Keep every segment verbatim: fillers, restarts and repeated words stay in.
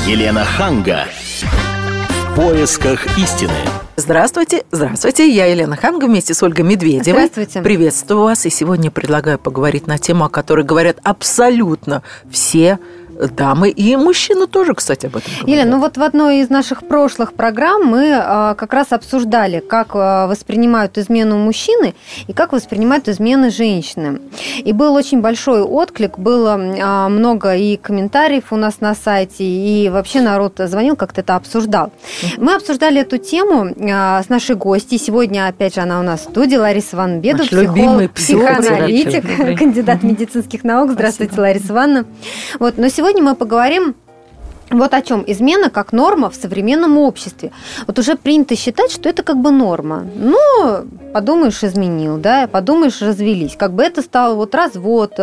Елена Ханга. В поисках истины. Здравствуйте, здравствуйте, я Елена Ханга вместе с Ольгой Медведевой. Здравствуйте. Приветствую вас, и сегодня предлагаю поговорить на тему, о которой говорят абсолютно все дамы, и мужчины тоже, кстати, об этом говорят. Елена, ну вот в одной из наших прошлых программ мы а, как раз обсуждали, как а, воспринимают измену мужчины и как воспринимают измены женщины. И был очень большой отклик, было а, много и комментариев у нас на сайте, и вообще народ звонил, как-то это обсуждал. Мы обсуждали эту тему а, с нашей гостьей. Сегодня, опять же, она у нас в студии, Лариса Ивановна Бедова, психолог, психоаналитик, кандидат медицинских наук. Здравствуйте, Спасибо. Лариса Ивановна. Вот, но сегодня мы поговорим вот о чем. Измена как норма в современном обществе. Вот уже принято считать, что это как бы норма. Ну, подумаешь, изменил, да, подумаешь, развелись. Как бы это стало вот развод,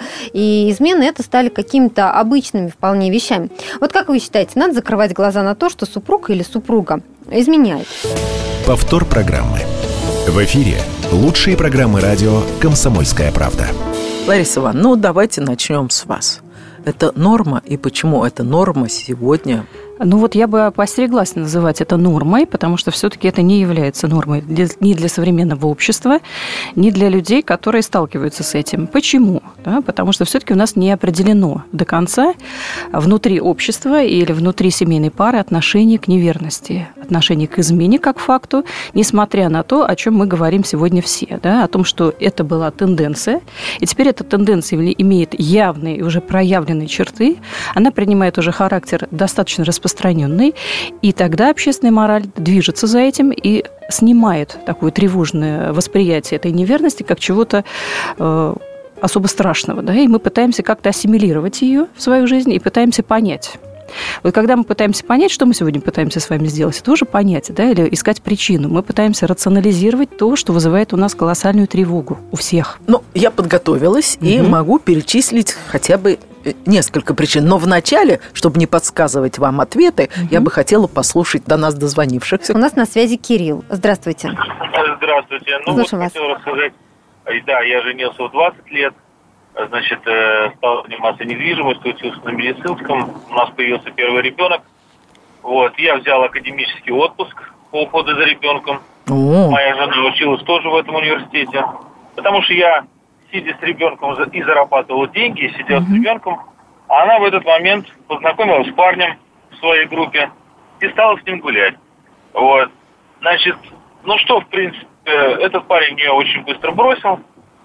и измены это стали какими-то обычными вполне вещами. Вот как вы считаете, надо закрывать глаза на то, что супруг или супруга изменяет? Повтор программы. В эфире лучшие программы радио «Комсомольская правда». Лариса Ивановна, ну давайте начнем с вас. Это норма, и почему эта норма сегодня? Ну вот я бы поостереглась называть это нормой, потому что все-таки это не является нормой ни для современного общества, ни для людей, которые сталкиваются с этим. Почему? Да, потому что все-таки у нас не определено до конца внутри общества или внутри семейной пары отношение к неверности, отношение к измене как факту, несмотря на то, о чем мы говорим сегодня все, да, о том, что это была тенденция, и теперь эта тенденция имеет явные и уже проявленные черты, она принимает уже характер достаточно распространенный, распространенный, и тогда общественная мораль движется за этим и снимает такое тревожное восприятие этой неверности как чего-то э, особо страшного, да, и мы пытаемся как-то ассимилировать ее в свою жизнь и пытаемся понять. Вот когда мы пытаемся понять, что мы сегодня пытаемся с вами сделать, это уже понять, да, или искать причину. Мы пытаемся рационализировать то, что вызывает у нас колоссальную тревогу у всех. Ну, я подготовилась угу. и могу перечислить хотя бы несколько причин. Но вначале, чтобы не подсказывать вам ответы, угу. я бы хотела послушать до нас дозвонившихся. У нас на связи Кирилл. Здравствуйте. Здравствуйте. Ну, Слушаем вот вас. хотел рассказать. Да, я женился в двадцать лет. Значит, стал заниматься недвижимостью, учился на медицинском. У нас появился первый ребенок. Вот, я взял академический отпуск по уходу за ребенком. О. Моя жена училась тоже в этом университете. Потому что я, сидя с ребенком, и зарабатывал деньги, и сидел mm-hmm. с ребенком. А она в этот момент познакомилась с парнем в своей группе и стала с ним гулять. Вот. Значит, ну что, в принципе, этот парень ее очень быстро бросил.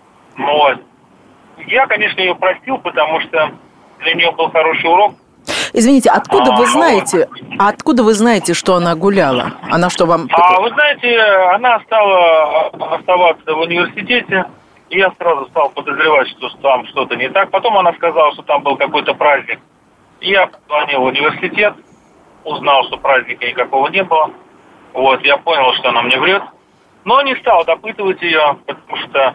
Вот. Я, конечно, ее простил, потому что для нее был хороший урок. Извините, откуда а, вы знаете, а откуда вы знаете, что она гуляла? Она что, вам... А вы знаете, она стала оставаться в университете, и я сразу стал подозревать, что там что-то не так. Потом она сказала, что там был какой-то праздник. Я позвонил в университет, узнал, что праздника никакого не было. Вот, я понял, что она мне врет. Но не стал допытывать ее, потому что...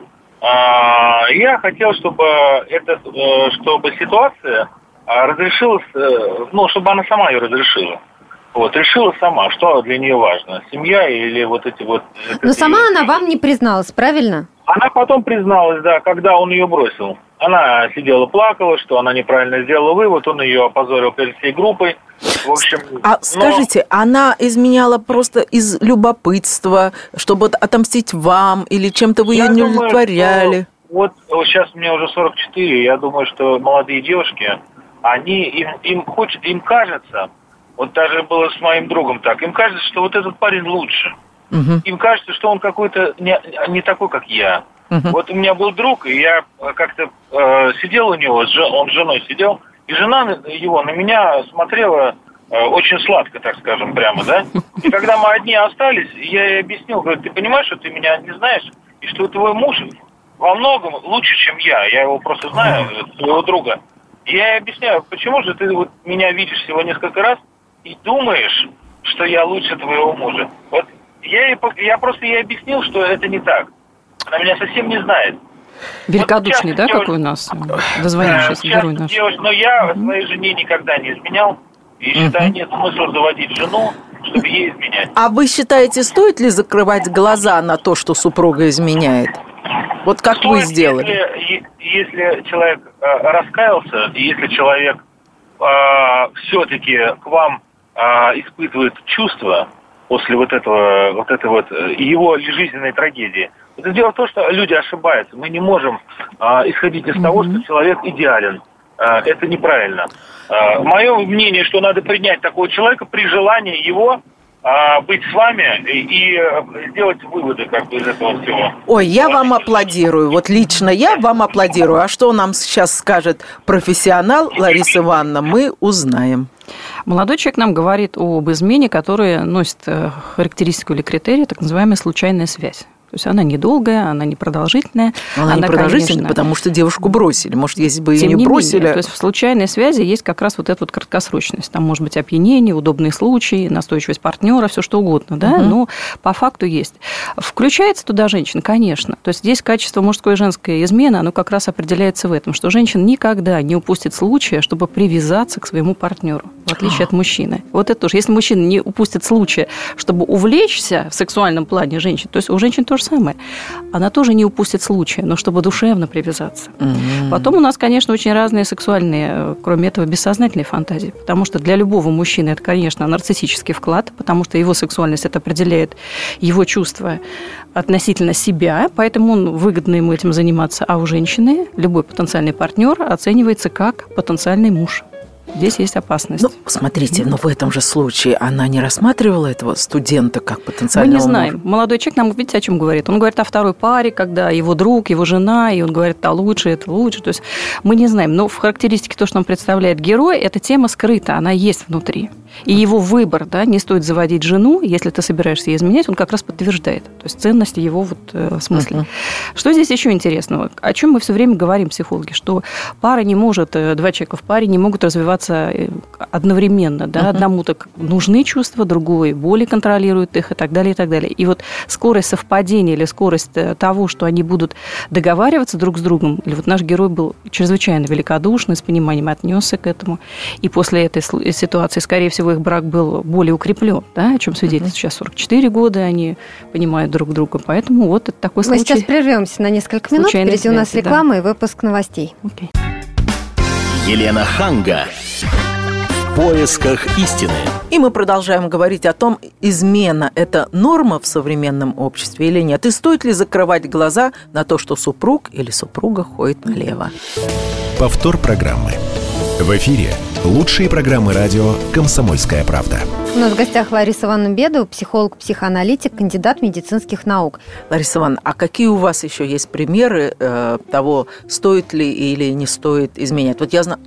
Я хотел, чтобы это, чтобы ситуация разрешилась, ну, чтобы она сама ее разрешила. Вот, решила сама, что для нее важно, семья или вот эти вот... Но сама она вам не призналась, правильно? Она потом призналась, да, когда он ее бросил. Она сидела, плакала, что она неправильно сделала вывод, он ее опозорил перед всей группой. В общем, а но... скажите, она изменяла просто из любопытства, чтобы отомстить вам, или чем-то вы я ее не думаю, удовлетворяли? Что, вот, вот сейчас мне уже сорок четыре, я думаю, что молодые девушки, они, им, им хочет, им кажется, вот даже было с моим другом так, им кажется, что вот этот парень лучше. Угу. Им кажется, что он какой-то не, не такой, как я. Угу. Вот у меня был друг, и я как-то э, сидел у него, он с женой сидел, и жена его на меня смотрела э, очень сладко, так скажем, прямо, да? И когда мы одни остались, я ей объяснил, говорю, ты понимаешь, что ты меня не знаешь, и что твой муж во многом лучше, чем я, я его просто знаю, своего друга. И я ей объясняю, почему же ты вот меня видишь всего несколько раз и думаешь, что я лучше твоего мужа. Вот я, ей, я просто ей объяснил, что это не так. Она меня совсем не знает. Великодушный, вот да, девушка, какой у нас дозвонившийся герой наш? Девушка, но я угу. своей жене никогда не изменял. И считаю, нет смысла заводить жену, чтобы ей изменять. А вы считаете, стоит ли закрывать глаза на то, что супруга изменяет? Вот как стоит, вы сделали? Если, если человек э, раскаялся, если человек э, все-таки к вам э, испытывает чувства после вот этого, вот этой вот его жизненной трагедии. Это дело в том, что люди ошибаются. Мы не можем э, исходить из mm-hmm. того, что человек идеален. Э, это неправильно. Э, мое мнение, что надо принять такого человека при желании его быть с вами и сделать выводы как бы из этого всего. Ой, я вам аплодирую. Вот лично я вам аплодирую. А что нам сейчас скажет профессионал Лариса Ивановна, мы узнаем. Молодой человек нам говорит об измене, которая носит характеристику или критерий, так называемая случайная связь. То есть она недолгая, она непродолжительная. Она, она непродолжительная, конечно, потому что девушку бросили. Может, если бы ее не, не бросили... Менее, то есть в случайной связи есть как раз вот эта вот краткосрочность. Там может быть опьянение, удобные случаи, настойчивость партнера, все что угодно, да, угу. но по факту есть. Включается туда женщина, конечно. То есть здесь качество мужской и женской измены, оно как раз определяется в этом, что женщина никогда не упустит случая, чтобы привязаться к своему партнеру, в отличие от мужчины. Вот это тоже. Если мужчина не упустит случая, чтобы увлечься в сексуальном плане женщин, то есть у женщин тоже самое. Она тоже не упустит случая, но чтобы душевно привязаться. Mm-hmm. Потом у нас, конечно, очень разные сексуальные, кроме этого, бессознательные фантазии. Потому что для любого мужчины это, конечно, нарциссический вклад, потому что его сексуальность это определяет его чувства относительно себя, поэтому он, выгодно ему этим заниматься. А у женщины любой потенциальный партнер оценивается как потенциальный муж. Здесь есть опасность. Ну, смотрите, но в этом же случае она не рассматривала этого студента как потенциального мужа? Мы не знаем. Мужа. Молодой человек нам, видите, о чем говорит? Он говорит о второй паре, когда его друг, его жена, и он говорит, это лучше, это лучше. То есть мы не знаем. Но в характеристике то, что нам представляет герой, эта тема скрыта, она есть внутри. И его выбор, да, не стоит заводить жену, если ты собираешься ей изменять, он как раз подтверждает. То есть ценность его вот, э, в смысле. Uh-huh. Что здесь еще интересного? О чем мы все время говорим, психологи? Что пара не может, два человека в паре не могут развиваться одновременно. Да? Uh-huh. Одному так нужны чувства, другой более контролирует их и так далее, и так далее. И вот скорость совпадения или скорость того, что они будут договариваться друг с другом, или вот наш герой был чрезвычайно великодушный, с пониманием отнесся к этому. И после этой ситуации, скорее всего, их брак был более укреплен, да, о чем свидетельствует. Uh-huh. Сейчас сорок четыре года, они понимают друг друга, поэтому вот это такой Мы случай. Мы сейчас прервемся на несколько минут, впереди связи, у нас реклама да. и выпуск новостей. Okay. Елена Ханга. В поисках истины. И мы продолжаем говорить о том, измена – это норма в современном обществе или нет. И стоит ли закрывать глаза на то, что супруг или супруга ходит налево. Повтор программы. В эфире лучшие программы радио «Комсомольская правда». У нас в гостях Лариса Ивановна Бедова, психолог-психоаналитик, кандидат медицинских наук. Лариса Ивановна, а какие у вас еще есть примеры э, того, стоит ли или не стоит изменять? Вот я знаю,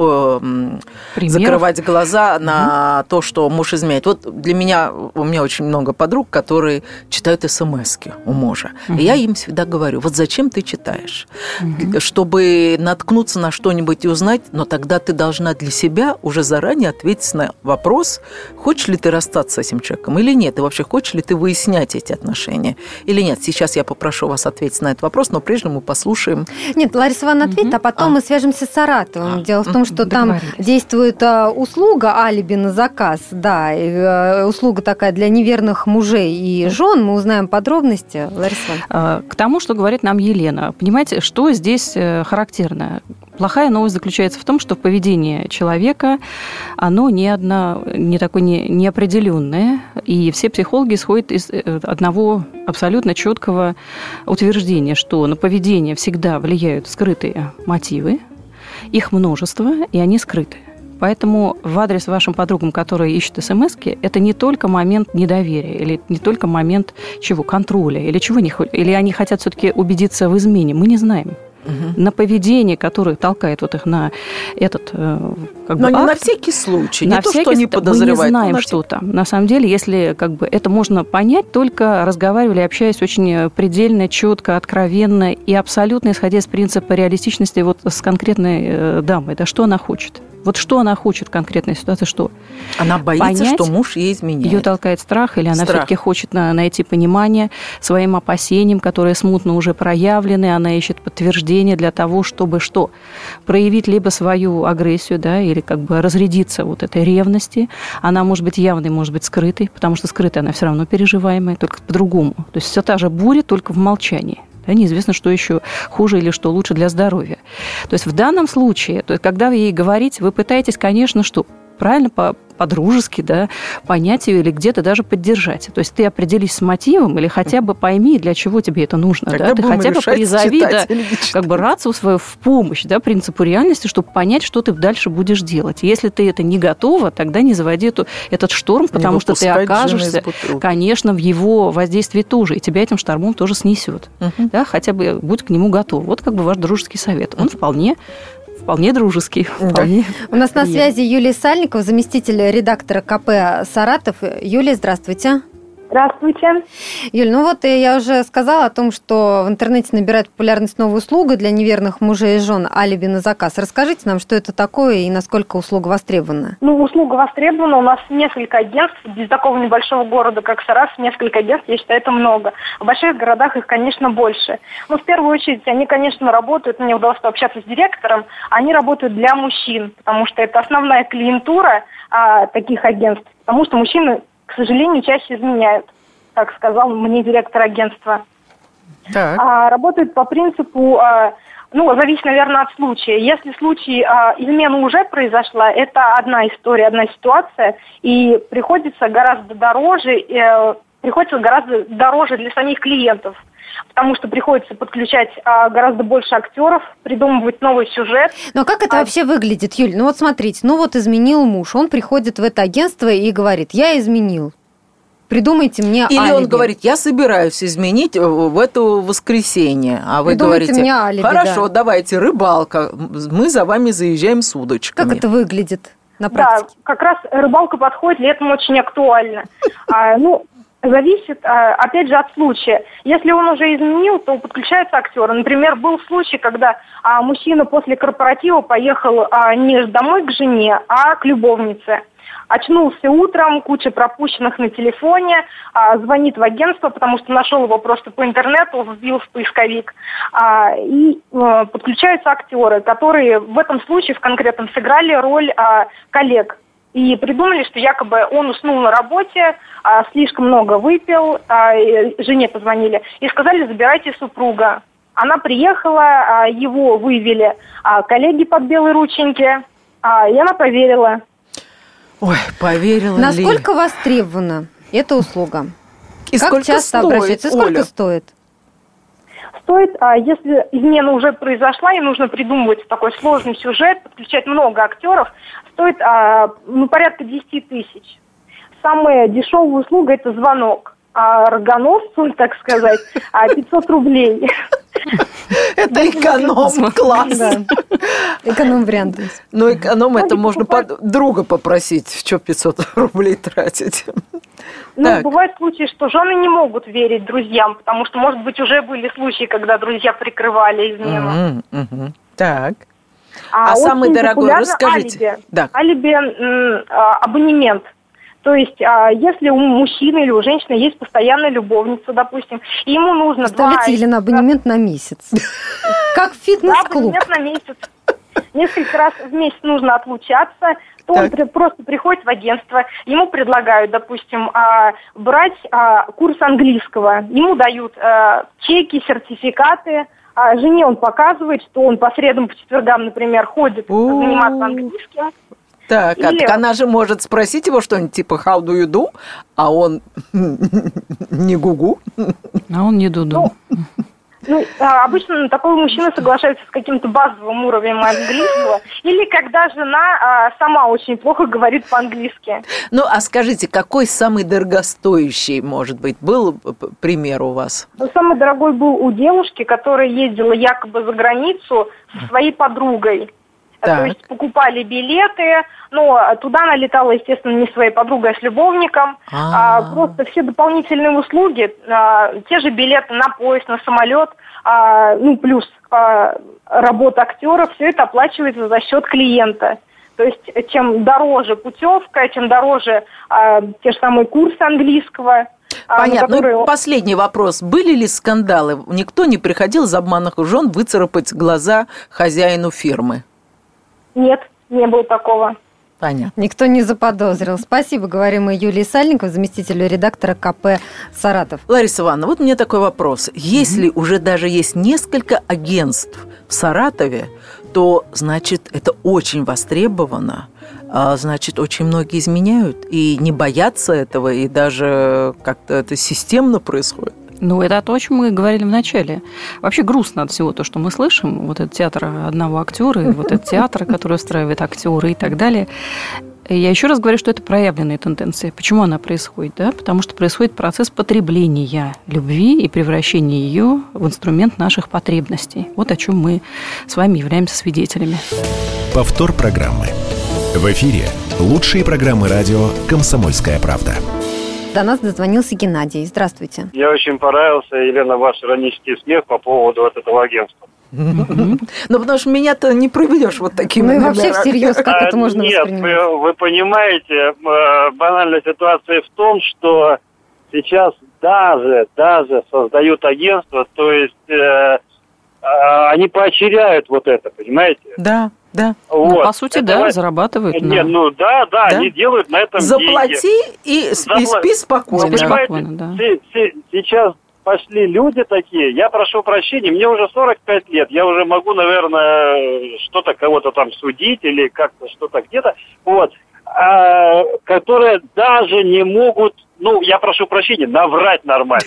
э, закрывать глаза на угу. то, что муж изменяет. Вот для меня, у меня очень много подруг, которые читают смс-ки у мужа. Угу. И я им всегда говорю, вот зачем ты читаешь? Угу. Чтобы наткнуться на что-нибудь и узнать, но тогда ты должна для себя уже заранее ответить на вопрос, хочешь ли ты расстаться с этим человеком или нет, и вообще хочешь ли ты выяснять эти отношения или нет. Сейчас я попрошу вас ответить на этот вопрос, но прежде мы послушаем. Нет, Лариса Ивановна ответит, угу. а потом а. мы свяжемся с Саратовым. А. Дело в том, что там действует а, услуга алиби на заказ, да, и, а, услуга такая для неверных мужей и жен. Мы узнаем подробности. Лариса Ивановна. К тому, что говорит нам Елена. Понимаете, что здесь характерно? Плохая новость заключается в том, что поведение человека, оно не, одно, не такое не, неопределенное, и все психологи исходят из одного абсолютно четкого утверждения, что на поведение всегда влияют скрытые мотивы, их множество, и они скрыты. Поэтому в адрес вашим подругам, которые ищут смс-ки, это не только момент недоверия, или не только момент чего, контроля, или чего не хотят, или они хотят все-таки убедиться в измене, мы не знаем. Угу. На поведение, которое толкает вот их на этот как бы, но не акт, на всякий случай, на не то, всякий, что они подозревают. Мы не знаем, на... что там. На самом деле, если как бы, это можно понять, только разговаривая, общаясь очень предельно, четко, откровенно и абсолютно исходя из принципа реалистичности вот с конкретной дамой. Да, что она хочет? Вот что она хочет в конкретной ситуации, что? Она боится, понять, что муж ей изменяет. Ее толкает страх, или она страх. все-таки хочет найти понимание своим опасениям, которые смутно уже проявлены, она ищет подтверждение для того, чтобы что? Проявить либо свою агрессию, да, или как бы разрядиться вот этой ревности. Она может быть явной, может быть скрытой, потому что скрытая она все равно переживаемая, только по-другому. То есть все та же буря, только в молчании. Да, неизвестно, что еще хуже или что лучше для здоровья. То есть в данном случае, то есть, когда вы ей говорите, вы пытаетесь, конечно, что правильно по по-дружески, да, понять ее или где-то даже поддержать. То есть ты определись с мотивом или хотя бы пойми, для чего тебе это нужно. Да? Ты хотя бы призови да, как бы рацию свою в помощь да, принципу реальности, чтобы понять, что ты дальше будешь делать. Если ты это не готова, тогда не заводи эту, этот шторм, потому не что ты окажешься, конечно, в его воздействии тоже, и тебя этим штормом тоже снесет. Угу. Да? Хотя бы будь к нему готов. Вот как бы ваш дружеский совет. Он угу. вполне Вполне дружеский. Вполне У нас на связи Юлия Сальникова, заместитель редактора ка пэ «Саратов». Юлия, здравствуйте. Здравствуйте. Юль, ну вот я уже сказала о том, что в интернете набирает популярность новая услуга для неверных мужей и жен «Алиби на заказ». Расскажите нам, что это такое и насколько услуга востребована. Ну, услуга востребована. У нас несколько агентств. Для такого небольшого города, как Саратов, несколько агентств, я считаю, это много. В больших городах их, конечно, больше. Но в первую очередь они, конечно, работают, мне удалось пообщаться с директором, они работают для мужчин, потому что это основная клиентура а, таких агентств, потому что мужчины, к сожалению, чаще изменяют, как сказал мне директор агентства. Так. А, работают по принципу, а, ну, зависит, наверное, от случая. Если случай а, измена уже произошла, это одна история, одна ситуация, и приходится гораздо дороже, э, приходится гораздо дороже для самих клиентов, потому что приходится подключать а, гораздо больше актеров, придумывать новый сюжет. Но как это а... вообще выглядит, Юль? Ну вот смотрите, ну вот изменил муж, он приходит в это агентство и говорит, я изменил, придумайте мне Или алиби. Он говорит, я собираюсь изменить в это воскресенье, а вы придумайте говорите, мне алиби, хорошо, да. давайте, рыбалка, мы за вами заезжаем с удочками. Как это выглядит на практике? Да, как раз рыбалка подходит, летом очень актуально. а, ну, Зависит, опять же, от случая. Если он уже изменил, то подключаются актеры. Например, был случай, когда мужчина после корпоратива поехал не домой к жене, а к любовнице. Очнулся утром, куча пропущенных на телефоне, звонит в агентство, потому что нашел его просто по интернету, вбил в поисковик. И подключаются актеры, которые в этом случае в конкретном сыграли роль коллег. И придумали, что якобы он уснул на работе, а, слишком много выпил, а, жене позвонили и сказали, забирайте супруга. Она приехала, а, его вывели а, коллеги под белые рученьки, а, и она поверила. Ой, поверила ли? Насколько востребована эта услуга? И как сколько часто стоит, обращаются? И сколько Оля? стоит? Стоит, а если измена уже произошла, и нужно придумывать такой сложный сюжет, подключать много актеров, стоит а, ну, порядка десять тысяч. Самая дешевая услуга – это звонок. А рогоносцу, так сказать, пятьсот рублей. Это эконом-класс. Эконом-вариант. Но эконом это можно друга попросить, в что пятьсот рублей тратить. Ну, бывают случаи, что жены не могут верить друзьям, потому что, может быть, уже были случаи, когда друзья прикрывали измену. Так. А самый дорогой, расскажите. Алиби абонемент. То есть, если у мужчины или у женщины есть постоянная любовница, допустим, и ему нужно... Представляете, Елена, абонемент на месяц. Как фитнес-клуб. Да, абонемент на месяц. Несколько раз в месяц нужно отлучаться, то он просто приходит в агентство, ему предлагают, допустим, брать курс английского, ему дают чеки, сертификаты, а жене он показывает, что он по средам, по четвергам, например, ходит заниматься английским. Так, Или... а она же может спросить его что-нибудь типа «How do you do?», а он не гугу. А он не дуду. Ну, ну, обычно такой мужчина соглашается с каким-то базовым уровнем английского, или когда жена а, сама очень плохо говорит по-английски. Ну, а скажите, какой самый дорогостоящий, может быть, был пример у вас? Ну, самый дорогой был у девушки, которая ездила якобы за границу со своей подругой. Так. То есть покупали билеты, но туда она летала, естественно, не своей подругой, а с любовником. А, просто все дополнительные услуги, а, те же билеты на поезд, на самолет, а, ну плюс а, работа актера, все это оплачивается за счет клиента. То есть чем дороже путевка, тем дороже а, те же самые курсы английского. Понятно. Которые... Ну, последний вопрос. Были ли скандалы? Никто не приходил из обманных жен выцарапать глаза хозяину фирмы? Нет, не было такого. Понятно. Никто не заподозрил. Спасибо, говорим мы Юлии Сальниковой, заместителю редактора ка пэ «Саратов». Лариса Ивановна, вот мне такой вопрос. Если mm-hmm. уже даже есть несколько агентств в Саратове, то, значит, это очень востребовано. а, значит, очень многие изменяют и не боятся этого, и даже как-то это системно происходит. Ну, это то, о чем мы говорили в начале. Вообще грустно от всего то, что мы слышим. Вот этот театр одного актера, и вот этот театр, который устраивает актеры и так далее. Я еще раз говорю, что это проявленная тенденция. Почему она происходит? Да? Потому что происходит процесс потребления любви и превращения ее в инструмент наших потребностей. Вот о чем мы с вами являемся свидетелями. Повтор программы. В эфире лучшие программы радио «Комсомольская правда». До нас дозвонился Геннадий. Здравствуйте. Мне очень понравился, Елена, ваш иронический смех по поводу вот этого агентства. Ну, потому что меня-то не проведешь вот такими. Ну и вообще всерьез, как это можно воспринимать? Нет, вы понимаете, банальная ситуация в том, что сейчас даже, даже создают агентство, то есть они поощряют вот это, понимаете? Да. Да. Вот. Ну, по сути, это да, это... зарабатывают. Нет, на... ну да, да, да, они делают на этом Заплати деньги. и, Запла... и спи спокойно. Вы понимаете, да. Сейчас пошли люди такие, я прошу прощения, мне уже сорок пять лет, я уже могу, наверное, что-то кого-то там судить или как-то что-то где-то, вот, а, которые даже не могут, ну, я прошу прощения, наврать нормально.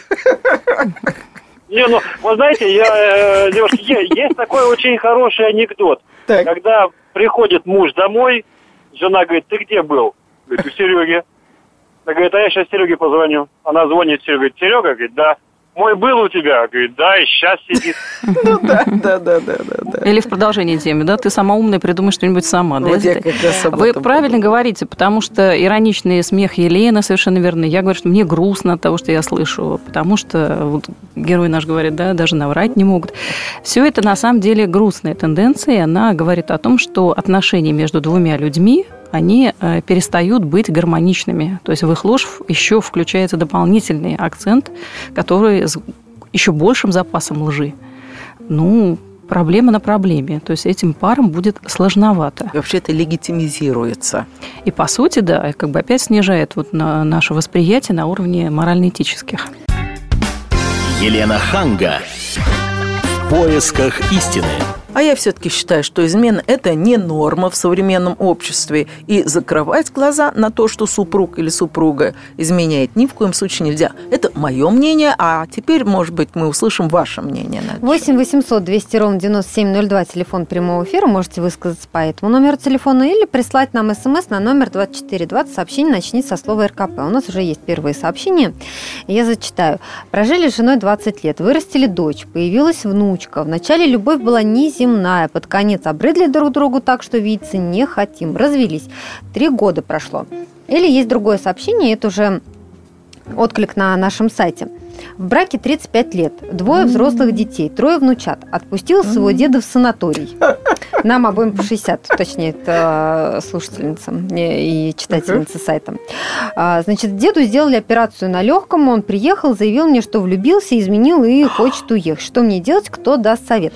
Не, ну, вы знаете, я, девушки, есть такой очень хороший анекдот. Так. Когда приходит муж домой, жена говорит, ты где был? Говорит, у Сереги. Она говорит, а я сейчас Сереге позвоню. Она звонит Сереге, говорит, Серега, говорит, да. Мой был у тебя? Говорит, да, и сейчас сидит. Ну да, да, да, да, да. Или в продолжении темы, да, ты сама умная, придумай что-нибудь сама. Вы правильно говорите, потому что ироничный смех Елены совершенно верно. Я говорю, что мне грустно от того, что я слышу, потому что вот герой наш говорит, да, даже наврать не могут. Все это на самом деле грустная тенденция, и она говорит о том, что отношения между двумя людьми, они перестают быть гармоничными. То есть в их ложь еще включается дополнительный акцент, который с еще большим запасом лжи. Ну, проблема на проблеме. То есть этим парам будет сложновато. И вообще это легитимизируется. И по сути, да, как бы опять снижает вот на наше восприятие на уровне морально-этических. Елена Ханга. В поисках истины. А я все-таки считаю, что измена – это не норма в современном обществе. И закрывать глаза на то, что супруг или супруга изменяет, ни в коем случае нельзя. Это мое мнение, а теперь, может быть, мы услышим ваше мнение. восемь восемьсот двести ровно девяносто семь ноль два, телефон прямого эфира. Можете высказаться по этому номеру телефона или прислать нам смс на номер двадцать четыре двадцать. Сообщение начните со слова эр ка пэ. У нас уже есть первые сообщения. Я зачитаю. Прожили с женой двадцать лет, вырастили дочь, появилась внучка. Вначале любовь была низкая, земная. Под конец обрыдли друг другу так, что видеться не хотим. Развелись. Три года прошло. Или есть другое сообщение, это уже отклик на нашем сайте. В браке тридцать пять лет, двое взрослых детей, трое внучат. Отпустил своего деда в санаторий. Нам обоим по шестьдесят, уточняет слушательница и читательница сайта. Значит, деду сделали операцию на легком, он приехал, заявил мне, что влюбился, изменил и хочет уехать. Что мне делать, кто даст совет?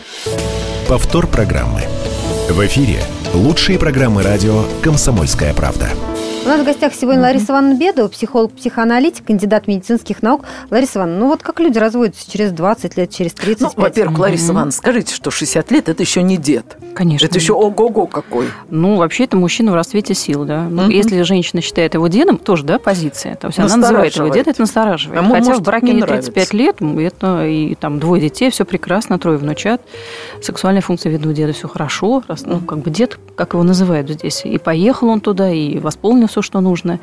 Повтор программы. В эфире лучшие программы радио «Комсомольская правда». У нас в гостях сегодня Лариса Ивановна Бедова, психолог-психоаналитик, кандидат медицинских наук. Лариса Ивановна, ну вот как люди разводятся через двадцать лет, через тридцать пять? Ну, во-первых, Лариса Ивановна, скажите, что шестьдесят лет – это еще не дед. Конечно. Это еще ого-го какой. Ну, вообще, это мужчина в расцвете сил, да. Ну, угу. Если женщина считает его дедом, тоже, да, позиция. То есть она называет его дед, это настораживает. А Хотя может, в браке не тридцать пять лет, это и там двое детей, все прекрасно, трое внучат. Сексуальная функция, видно, у деда все хорошо. Раз, ну, как бы дед, как его называют здесь. И поехал он туда, и восполнил все, что нужно.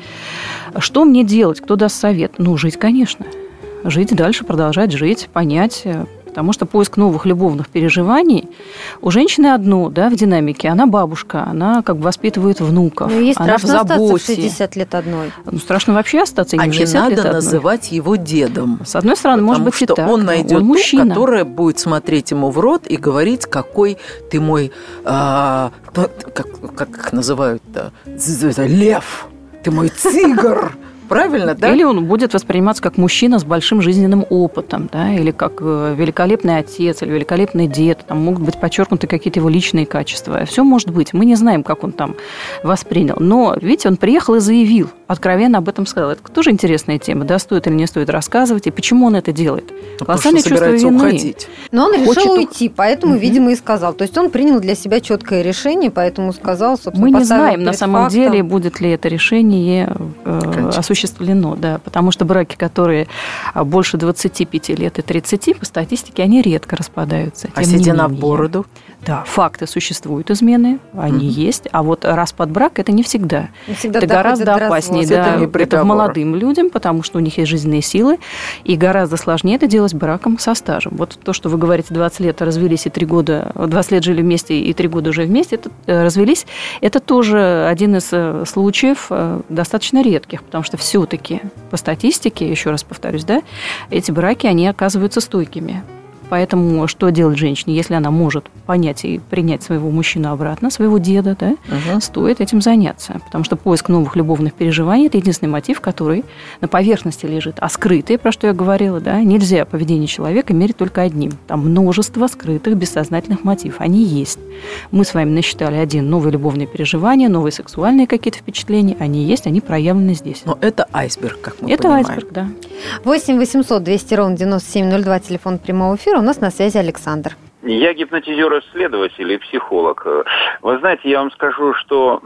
Что мне делать? Кто даст совет? Ну, жить, конечно. Жить дальше, продолжать жить, понять. Потому что поиск новых любовных переживаний у женщины одно, да, в динамике. Она бабушка, она как бы воспитывает внуков. Ну, ей она страшно остаться в шестьдесят лет одной. Ну, страшно вообще остаться, и а не шестьдесят лет одной. А не надо называть его дедом. С одной стороны, потому может быть что и так. Он найдет он ту, мужчина, которая будет смотреть ему в рот и говорить, какой ты мой, а, как, как их называют-то, лев, ты мой тигр. Правильно, да? Или он будет восприниматься как мужчина с большим жизненным опытом, да, или как великолепный отец, или великолепный дед. Там могут быть подчеркнуты какие-то его личные качества. Все может быть. Мы не знаем, как он там воспринял. Но, видите, он приехал и заявил. откровенно об этом сказал. Это тоже интересная тема, да, стоит или не стоит рассказывать, и почему он это делает. Ну, колоссальное чувство вины. Уходить. Но он Хочет решил уйти, поэтому, угу. видимо, и сказал. То есть он принял для себя четкое решение, поэтому сказал, собственно, мы не знаем, на самом фактом. деле, будет ли это решение э, осуществлено, да, потому что браки, которые больше двадцати пяти лет и тридцати, по статистике, они редко распадаются. А седина в бороду? Да, факты существуют, измены, они угу. есть, а вот распад брака – это не всегда. Не всегда это гораздо опаснее, да, это, это молодым людям, потому что у них есть жизненные силы, и гораздо сложнее это делать браком со стажем. Вот то, что вы говорите, двадцать лет развелись и три года, двадцать лет жили вместе и три года уже вместе, это, развелись, это тоже один из случаев достаточно редких, потому что все-таки по статистике, еще раз повторюсь, да, эти браки, они оказываются стойкими. Поэтому что делать женщине, если она может понять и принять своего мужчину обратно, своего деда, да, угу. стоит этим заняться. Потому что поиск новых любовных переживаний – это единственный мотив, который на поверхности лежит. А скрытые, про что я говорила, да, нельзя поведение человека мерить только одним. Там множество скрытых бессознательных мотивов. Они есть. Мы с вами насчитали один – новые любовные переживания, новые сексуальные какие-то впечатления. Они есть, они проявлены здесь. Но это айсберг, как мы это понимаем. Это айсберг, да. восемь восемьсот двести ровно девяносто семь ноль два, телефон прямого эфира. У нас на связи Александр. Я гипнотизер-исследователь и психолог. Вы знаете, я вам скажу, что,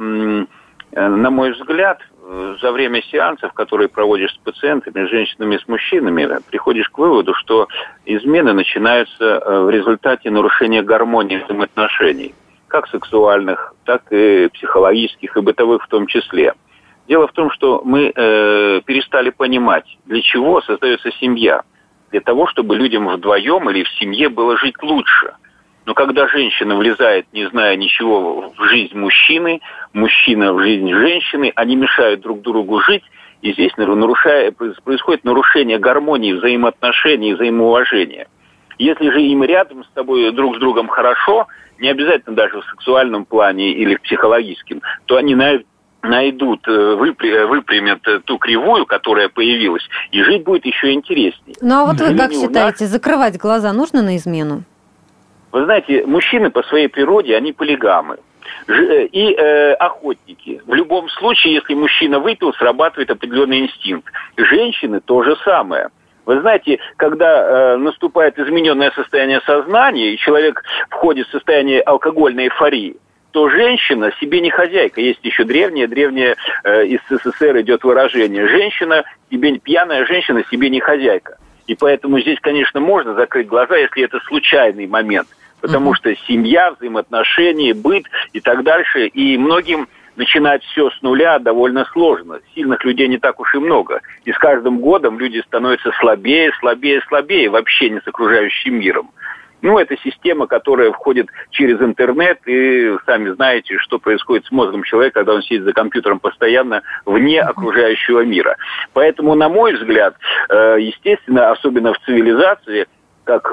на мой взгляд, за время сеансов, которые проводишь с пациентами, с женщинами и с мужчинами, приходишь к выводу, что измены начинаются в результате нарушения гармонии взаимоотношений, как сексуальных, так и психологических и бытовых в том числе. Дело в том, что мы э, перестали понимать, для чего создается семья. Для того, чтобы людям вдвоем или в семье было жить лучше. Но когда женщина влезает, не зная ничего, в жизнь мужчины, мужчина в жизнь женщины, они мешают друг другу жить, и здесь нарушая, происходит нарушение гармонии, взаимоотношений, взаимоуважения. Если же им рядом с тобой друг с другом хорошо, не обязательно даже в сексуальном плане или в психологическом, то они на найдут, выпрямят ту кривую, которая появилась, и жить будет еще интереснее. Ну, а вот вы как считаете, закрывать глаза нужно на измену? Вы знаете, мужчины по своей природе, они полигамы. И э, охотники. В любом случае, если мужчина выпил, срабатывает определенный инстинкт. Женщины то же самое. Вы знаете, когда э, наступает измененное состояние сознания, и человек входит в состояние алкогольной эйфории, то женщина себе не хозяйка. Есть еще древнее-древнее э, из СССР идет выражение. Женщина, себе, пьяная женщина себе не хозяйка. И поэтому здесь, конечно, можно закрыть глаза, если это случайный момент. Потому mm-hmm. что семья, взаимоотношения, быт и так дальше. И многим начинать все с нуля довольно сложно. Сильных людей не так уж и много. И с каждым годом люди становятся слабее, слабее, слабее в общении с окружающим миром. Ну, это система, которая входит через интернет, и сами знаете, что происходит с мозгом человека, когда он сидит за компьютером постоянно вне окружающего мира. Поэтому, на мой взгляд, естественно, особенно в цивилизации, как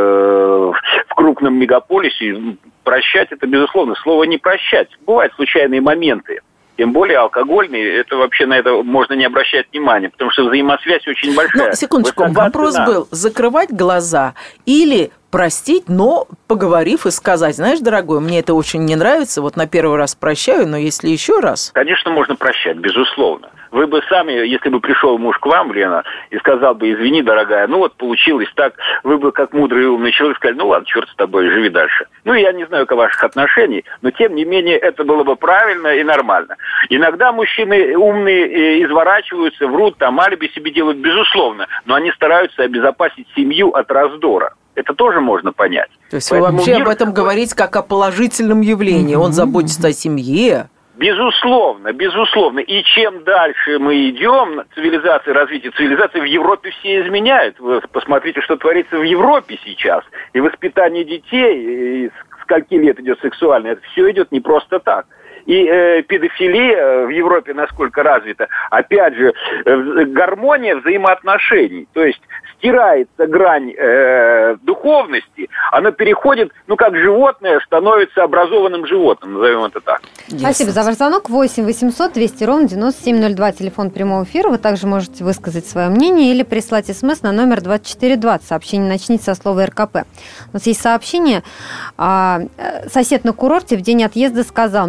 в крупном мегаполисе, прощать это, безусловно, слово не прощать. Бывают случайные моменты. Тем более алкогольный, это вообще на это можно не обращать внимания, потому что взаимосвязь очень большая. Ну, секундочку, вопрос цена. был, закрывать глаза или простить, но поговорив и сказать, знаешь, дорогой, мне это очень не нравится, вот на первый раз прощаю, но если еще раз... Конечно, можно прощать, безусловно. Вы бы сами, если бы пришел муж к вам, Лена, и сказал бы, извини, дорогая, ну вот получилось так, вы бы как мудрый и умный человек сказали, ну ладно, черт с тобой, живи дальше. Ну, я не знаю, как ваших отношений, но тем не менее это было бы правильно и нормально. Иногда мужчины умные изворачиваются, врут, там алиби себе делают, безусловно, но они стараются обезопасить семью от раздора. Это тоже можно понять. То есть Поэтому вы вообще мир... об этом говорите как о положительном явлении. Mm-hmm. Он заботится о семье. Безусловно, безусловно. И чем дальше мы идем, цивилизация, развитие цивилизации в Европе все изменяют. Вы посмотрите, что творится в Европе сейчас. И воспитание детей, и с скольки лет идет сексуальное, это все идет не просто так. И э, педофилия в Европе насколько развита, опять же, э, гармония взаимоотношений. То есть стирается грань э, духовности, она переходит, ну, как животное становится образованным животным, назовем это так. Спасибо за ваш звонок. восемь восемьсот двести ровно девяносто семь ноль два, телефон прямого эфира. Вы также можете высказать свое мнение или прислать смс на номер двадцать четыре двадцать. Сообщение начните со слова эр ка пэ. У нас есть сообщение. Сосед на курорте в день отъезда сказал мне, я много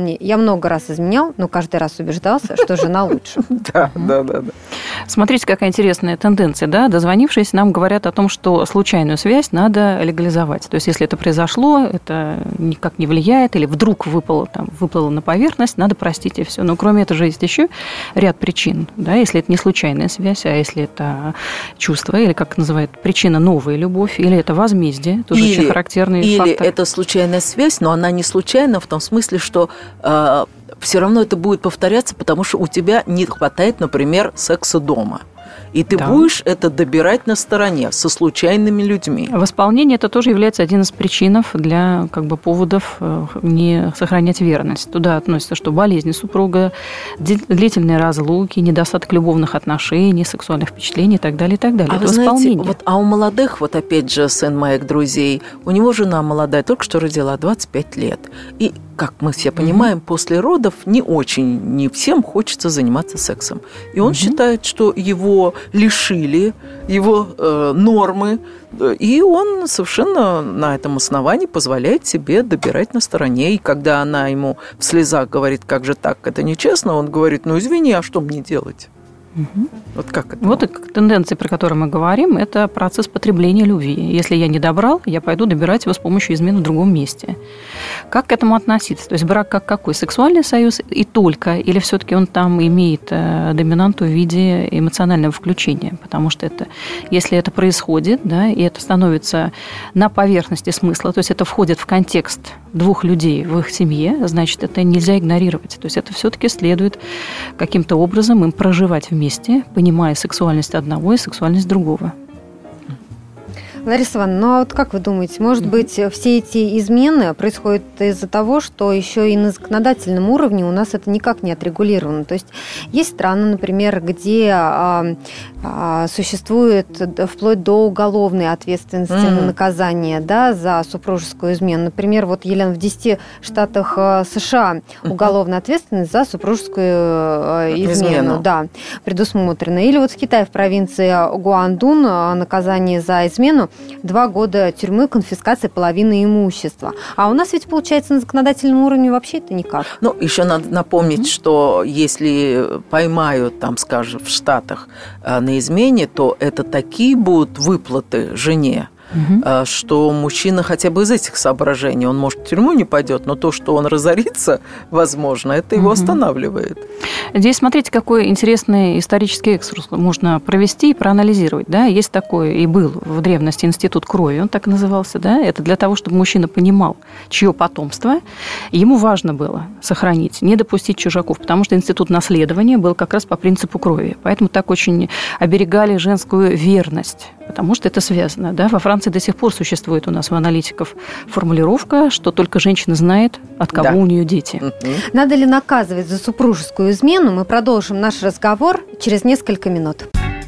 много раз изменял, но каждый раз убеждался, что жена лучше. Да, да, да. Смотрите, какая интересная тенденция, да? Дозвонившись, нам говорят о том, что случайную связь надо легализовать. То есть, если это произошло, это никак не влияет, или вдруг выпало, там, выплыло на поверхность, надо простить и все. Но кроме этого же есть еще ряд причин, да? Если это не случайная связь, а если это чувство, или, как называют, причина новая любовь, или это возмездие, тоже или, очень характерный или фактор. Или это случайная связь, но она не случайна в том смысле, что э, все равно это будет повторяться, потому что у тебя не хватает, например, секса дома. И ты да. будешь это добирать на стороне со случайными людьми. Восполнение это тоже является один из причин для как бы, поводов не сохранять верность. Туда относятся, что болезни супруга, длительные разлуки, недостаток любовных отношений, сексуальных впечатлений и так далее, и так далее. А это вы восполнение. Знаете, вот, а у молодых, вот опять же, сын моих друзей, у него жена молодая, только что родила, двадцать пять лет. И как мы все понимаем, mm-hmm. после родов не очень, не всем хочется заниматься сексом. И он mm-hmm. считает, что его лишили, его э, нормы, и он совершенно на этом основании позволяет себе добирать на стороне. И когда она ему в слезах говорит, как же так, это нечестно, он говорит, ну извини, а что мне делать? Угу. Вот как это? Вот тенденции, про которые мы говорим, это процесс потребления любви. Если я не добрал, я пойду добирать его с помощью измены в другом месте. Как к этому относиться? То есть брак как какой? Сексуальный союз и только? Или все-таки он там имеет доминанту в виде эмоционального включения? Потому что это, если это происходит, да, и это становится на поверхности смысла, то есть это входит в контекст двух людей в их семье, значит, это нельзя игнорировать. То есть это все-таки следует каким-то образом им проживать вместе, понимая сексуальность одного и сексуальность другого. Лариса Ивановна, ну а вот как вы думаете, может быть, все эти измены происходят из-за того, что еще и на законодательном уровне у нас это никак не отрегулировано? То есть есть страны, например, где а, а, существует вплоть до уголовной ответственности mm-hmm. на наказание, да, за супружескую измену. Например, вот, Елена, в десяти штатах США уголовная ответственность за супружескую измену, измену. Да, предусмотрена. Или вот в Китае, в провинции Гуандун, наказание за измену два года тюрьмы, конфискация половины имущества. А у нас ведь, получается, на законодательном уровне вообще это никак. Ну, еще надо напомнить, mm-hmm. что если поймают, там, скажем, в Штатах на измене, то это такие будут выплаты жене, угу. что мужчина хотя бы из этих соображений, он, может, в тюрьму не пойдет, но то, что он разорится, возможно, это его угу. останавливает. Здесь смотрите, какой интересный исторический экскурс можно провести и проанализировать. Да? Есть такой, и был в древности институт крови, он так и назывался. Да? Это для того, чтобы мужчина понимал, чье потомство. Ему важно было сохранить, не допустить чужаков, потому что институт наследования был как раз по принципу крови. Поэтому так очень оберегали женскую верность, потому что это связано. Да? Во Франции до сих пор существует у нас у аналитиков формулировка, что только женщина знает, от кого да. у нее дети. Надо ли наказывать за супружескую измену? Мы продолжим наш разговор через несколько минут.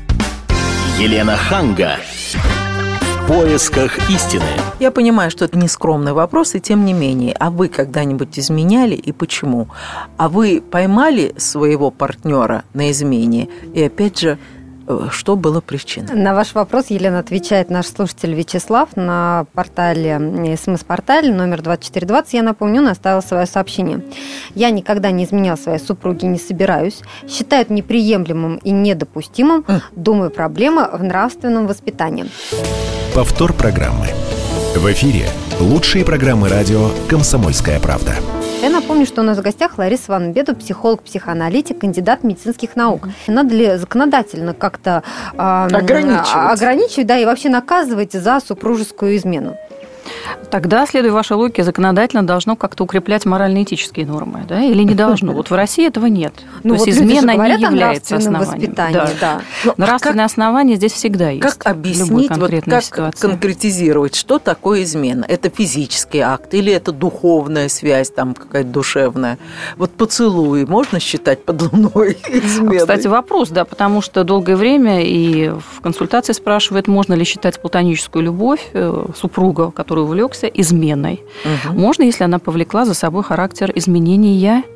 Елена Ханга. В поисках истины. Я понимаю, что это не скромный вопрос, и тем не менее. А вы когда-нибудь изменяли и почему? А вы поймали своего партнера на измене? И опять же, что было причиной? На ваш вопрос, Елена, отвечает наш слушатель Вячеслав на портале, СМС-портале номер двадцать четыре двадцать. Я напомню, он оставил свое сообщение. Я никогда не изменял своей супруге, не собираюсь. Считаю это неприемлемым и недопустимым. Mm. Думаю, проблема в нравственном воспитании. Повтор программы. В эфире лучшие программы радио «Комсомольская правда». Я напомню, что у нас в гостях Лариса Ивановна Бедух, психолог, психоаналитик, кандидат медицинских наук. Надо ли законодательно как-то э, ограничивать. ограничивать, да, и вообще наказывать за супружескую измену? Тогда, следуя вашей логике, законодательно должно как-то укреплять морально-этические нормы, да, или не должно? Вот в России этого нет. Ну, То вот есть измена не является основанием. Да. Да. Ну, нравственное а основание здесь всегда есть. Как объяснить, вот как ситуации. Конкретизировать, что такое измена? Это физический акт или это духовная связь, там какая-то душевная? Вот поцелуй можно считать подлунной изменой? Кстати, вопрос, да, потому что долгое время и в консультации спрашивают, можно ли считать платоническую любовь супруга, который увлекся, изменой. Угу. Можно, если она повлекла за собой характер изменения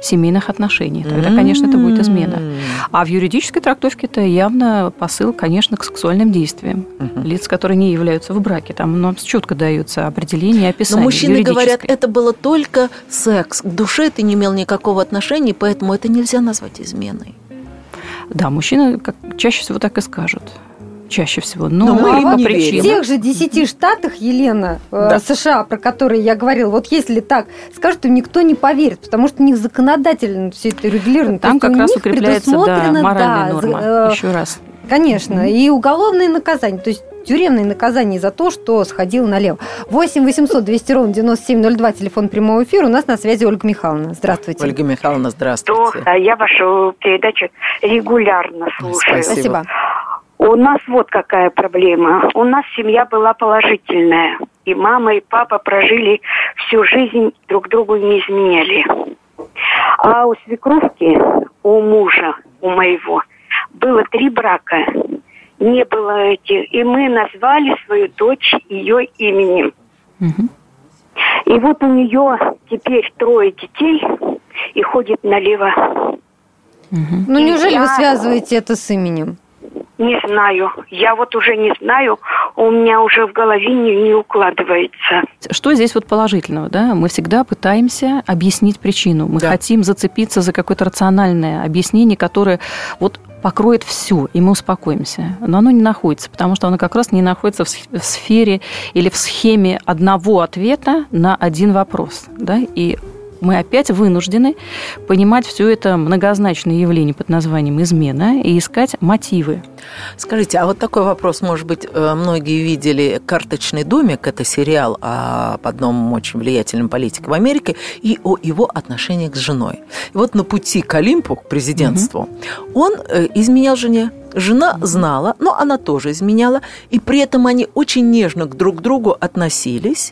семейных отношений. Тогда, конечно, это будет измена. А в юридической трактовке это явно посыл, конечно, к сексуальным действиям лиц, которые не являются в браке. Там нам четко дается определение, описание. Но мужчины говорят, это было только секс. К душе это не имел никакого отношения, поэтому это нельзя назвать изменой. Да, мужчины как, чаще всего так и скажут. Чаще всего. Но, Но мы по причинам. В тех же десяти штатах, Елена, да. США, про которые я говорила, вот если так скажут, то никто не поверит, потому что у них законодательно все это регулировано. Там как раз укрепляется да, моральная да, норма. Э, Еще раз. Конечно. Mm-hmm. И уголовные наказания. То есть тюремные наказания за то, что сходил налево. восемь восемьсот двести ровно девяносто семь ноль два, телефон прямого эфира. У нас на связи Ольга Михайловна. Здравствуйте. Ольга Михайловна, здравствуйте. То, я вашу передачу регулярно слушаю. Спасибо. Спасибо. У нас вот какая проблема. У нас семья была положительная. И мама, и папа прожили всю жизнь, друг другу не изменяли. А у свекровки, у мужа, у моего, было три брака. Не было этих. И мы назвали свою дочь ее именем. Угу. И вот у нее теперь трое детей и ходит налево. Угу. Ну, неужели я... вы связываете это с именем? Не знаю. Я вот уже не знаю. У меня уже в голове не, не укладывается. Что здесь вот положительного? Да? Мы всегда пытаемся объяснить причину. Мы да. хотим зацепиться за какое-то рациональное объяснение, которое вот покроет все, и мы успокоимся. Но оно не находится, потому что оно как раз не находится в сфере или в схеме одного ответа на один вопрос. Да? И мы опять вынуждены понимать все это многозначное явление под названием измена и искать мотивы. Скажите, а вот такой вопрос, может быть, многие видели «Карточный домик», это сериал об одном очень влиятельном политике в Америке, и о его отношениях с женой. И вот на пути к Олимпу, к президентству, угу. он изменял жене. Жена знала, но она тоже изменяла, и при этом они очень нежно друг к другу относились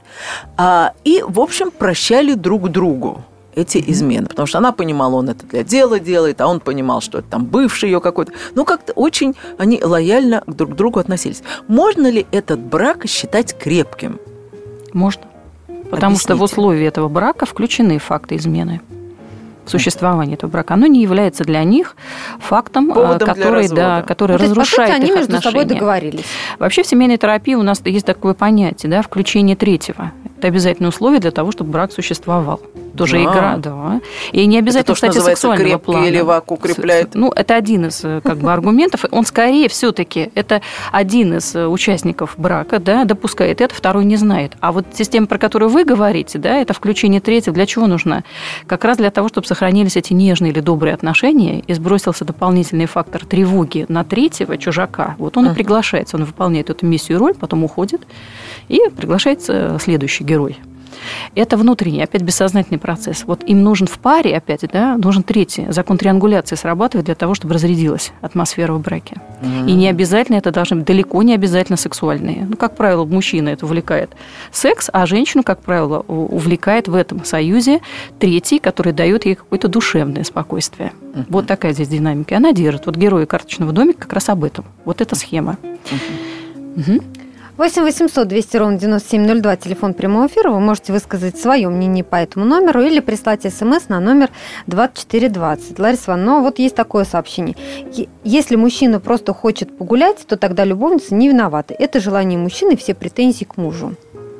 а, и, в общем, прощали друг другу эти mm-hmm. измены, потому что она понимала, он это для дела делает, а он понимал, что это там бывший ее какой-то. Ну, как-то очень они лояльно друг к другу относились. Можно ли этот брак считать крепким? Можно, потому Объясните. Что в условия этого брака включены факты измены. Существование этого брака, оно не является для них фактом, Поводом который, да, который ну, разрушает есть, по сути, их они между отношения. Собой договорились. Вообще в семейной терапии у нас есть такое понятие, да, включение третьего. Это обязательное условие для того, чтобы брак существовал. Тоже да. игра, да. И не обязательно, это то, кстати, сексуального плана. Левак укрепляет. Ну, это один из как бы аргументов. Он скорее все-таки это один из участников брака, да, допускает это, второй не знает. А вот система, про которую вы говорите, да, это включение третьего, для чего нужна? Как раз для того, чтобы сохранились эти нежные или добрые отношения, и сбросился дополнительный фактор тревоги на третьего чужака. Вот он uh-huh. и приглашается, он выполняет эту миссию и роль, потом уходит, и приглашается следующий герой. Это внутренний, опять бессознательный процесс. Вот им нужен в паре, опять, да, нужен третий. Закон триангуляции срабатывает для того, чтобы разрядилась атмосфера в браке. Mm-hmm. И не обязательно это должны быть, далеко не обязательно сексуальные. Ну, как правило, мужчина это увлекает секс, а женщину, как правило, увлекает в этом союзе третий, который дает ей какое-то душевное спокойствие. Mm-hmm. Вот такая здесь динамика. И она держит. Вот герои «Карточного домика» как раз об этом. Вот эта схема. Mm-hmm. Угу. восемь восемьсот двести ровно девяносто семь ноль два, телефон прямого эфира. Вы можете высказать свое мнение по этому номеру или прислать смс на номер двадцать четыре двадцать. Лариса Ивановна, но вот есть такое сообщение. Если мужчина просто хочет погулять, то тогда любовница не виновата. Это желание мужчины, все претензии к мужу.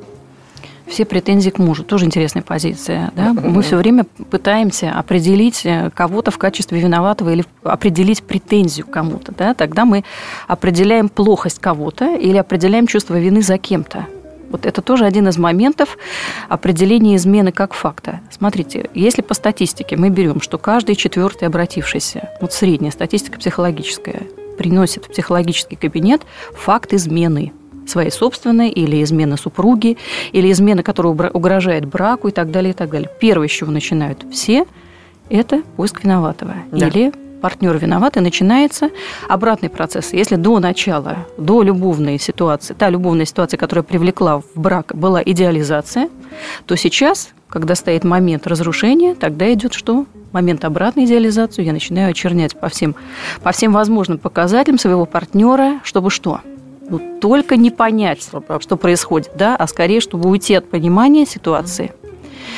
Все претензии к мужу. Тоже интересная позиция. Да? Мы все время пытаемся определить кого-то в качестве виноватого или определить претензию к кому-то. Да? Тогда мы определяем плохость кого-то или определяем чувство вины за кем-то. Вот это тоже один из моментов определения измены как факта. Смотрите, если по статистике мы берем, что каждый четвертый обратившийся, вот средняя статистика психологическая, приносит в психологический кабинет факт измены своей собственной, или измены супруги, или измены, которая угрожает браку и так далее, и так далее. Первое, с чего начинают все, это поиск виноватого. Да. Или партнер виноват, и начинается обратный процесс. Если до начала, до любовной ситуации, та любовная ситуация, которая привлекла в брак, была идеализация, то сейчас, когда стоит момент разрушения, тогда идет что? Момент обратной идеализации. Я начинаю очернять по всем, по всем возможным показателям своего партнера, чтобы что? Ну, только не понять, что происходит, да, а скорее, чтобы уйти от понимания ситуации.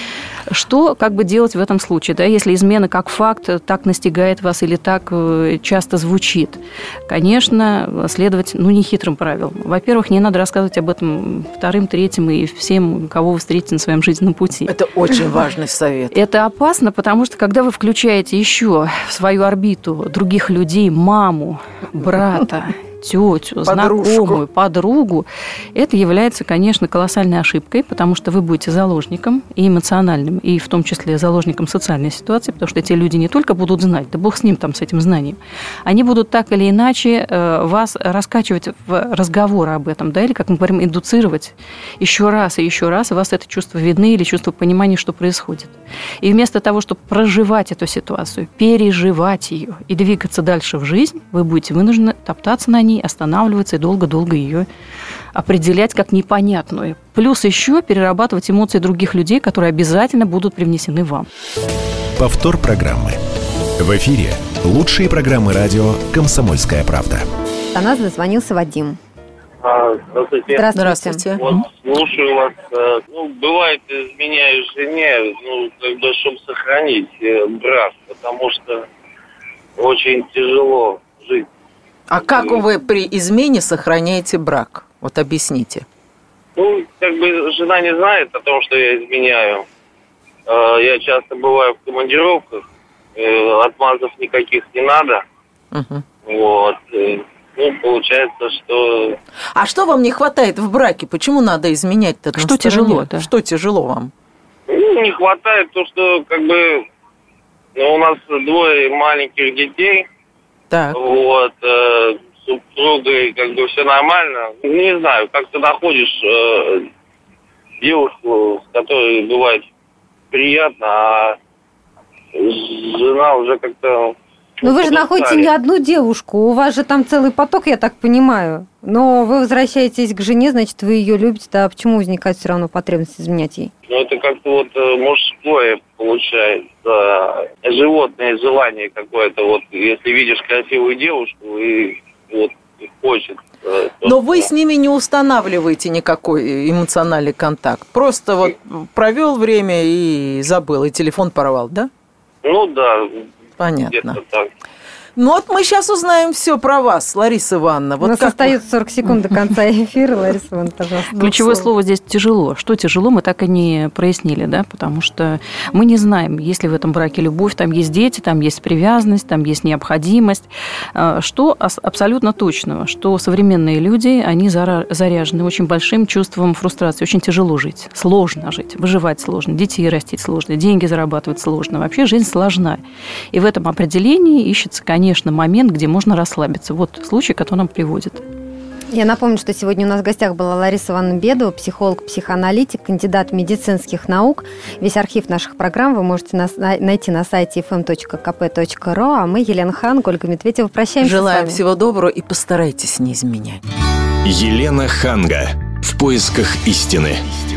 Что как бы делать в этом случае, да, если измена как факт так настигает вас или так часто звучит? Конечно, следовать, ну, нехитрым правилам. Во-первых, не надо рассказывать об этом вторым, третьим и всем, кого вы встретите на своем жизненном пути. Это очень важный совет. Это опасно, потому что когда вы включаете еще в свою орбиту других людей, маму, брата, тетю, знакомую, подругу, это является, конечно, колоссальной ошибкой, потому что вы будете заложником и эмоциональным, и в том числе заложником социальной ситуации, потому что эти люди не только будут знать, да бог с ним там, с этим знанием, они будут так или иначе вас раскачивать в разговоры об этом, да, или, как мы говорим, индуцировать еще раз и еще раз, у вас это чувство вины или чувство понимания, что происходит. И вместо того, чтобы проживать эту ситуацию, переживать ее и двигаться дальше в жизнь, вы будете вынуждены топтаться на ней, останавливаться и долго-долго ее определять как непонятную. Плюс еще перерабатывать эмоции других людей, которые обязательно будут привнесены вам. Повтор программы. В эфире лучшие программы радио «Комсомольская правда». До нас дозвонился Вадим. А, здравствуйте. Здравствуйте. Здравствуйте. Вот слушаю вас. Ну, бывает, изменяю жене, ну, как бы, чтобы сохранить брак, потому что очень тяжело жить. А как вы при измене сохраняете брак? Вот объясните. Ну, как бы жена не знает о том, что я изменяю. Я часто бываю в командировках, отмазов никаких не надо. Угу. Вот. Ну, получается, что... А что вам не хватает в браке? Почему надо изменять-то? Что тяжело, да? Что тяжело вам? Ну, не хватает то, что, как бы, ну, у нас двое маленьких детей. Так. Вот, э, с супругой, как бы, все нормально. Не знаю, как ты находишь э, девушку, с которой бывает приятно, а жена уже как-то... Но вы же находите не одну девушку, у вас же там целый поток, я так понимаю. Но вы возвращаетесь к жене, значит, вы ее любите, да, почему возникает все равно потребность изменять ей? Ну, это как-то вот мужское получается, животное желание какое-то, вот, если видишь красивую девушку и вот хочет. Но вы с ними не устанавливаете никакой эмоциональный контакт, просто вот провел время и забыл, и телефон порвал, да? Ну, да. Понятно. Ну вот мы сейчас узнаем все про вас, Лариса Ивановна. Вот у нас как... остается сорок секунд до конца эфира, Лариса Ивановна, пожалуйста. Ключевое слово здесь «тяжело». Что тяжело, мы так и не прояснили, да, потому что мы не знаем, есть ли в этом браке любовь, там есть дети, там есть привязанность, там есть необходимость. Что абсолютно точного, что современные люди, они заряжены очень большим чувством фрустрации, очень тяжело жить, сложно жить, выживать сложно, детей растить сложно, деньги зарабатывать сложно, вообще жизнь сложна. И в этом определении ищется, конечно, Конечно, момент, где можно расслабиться. Вот случай, который нам приводит. Я напомню, что сегодня у нас в гостях была Лариса Ивановна Бедова, психолог, психоаналитик, кандидат медицинских наук. Весь архив наших программ вы можете найти на сайте эф эм точка ка пэ точка ру. А мы, Елена Ханга, Ольга Медведева, прощаемся Желаю с вами. всего доброго и постарайтесь не изменять. Елена Ханга. В поисках истины.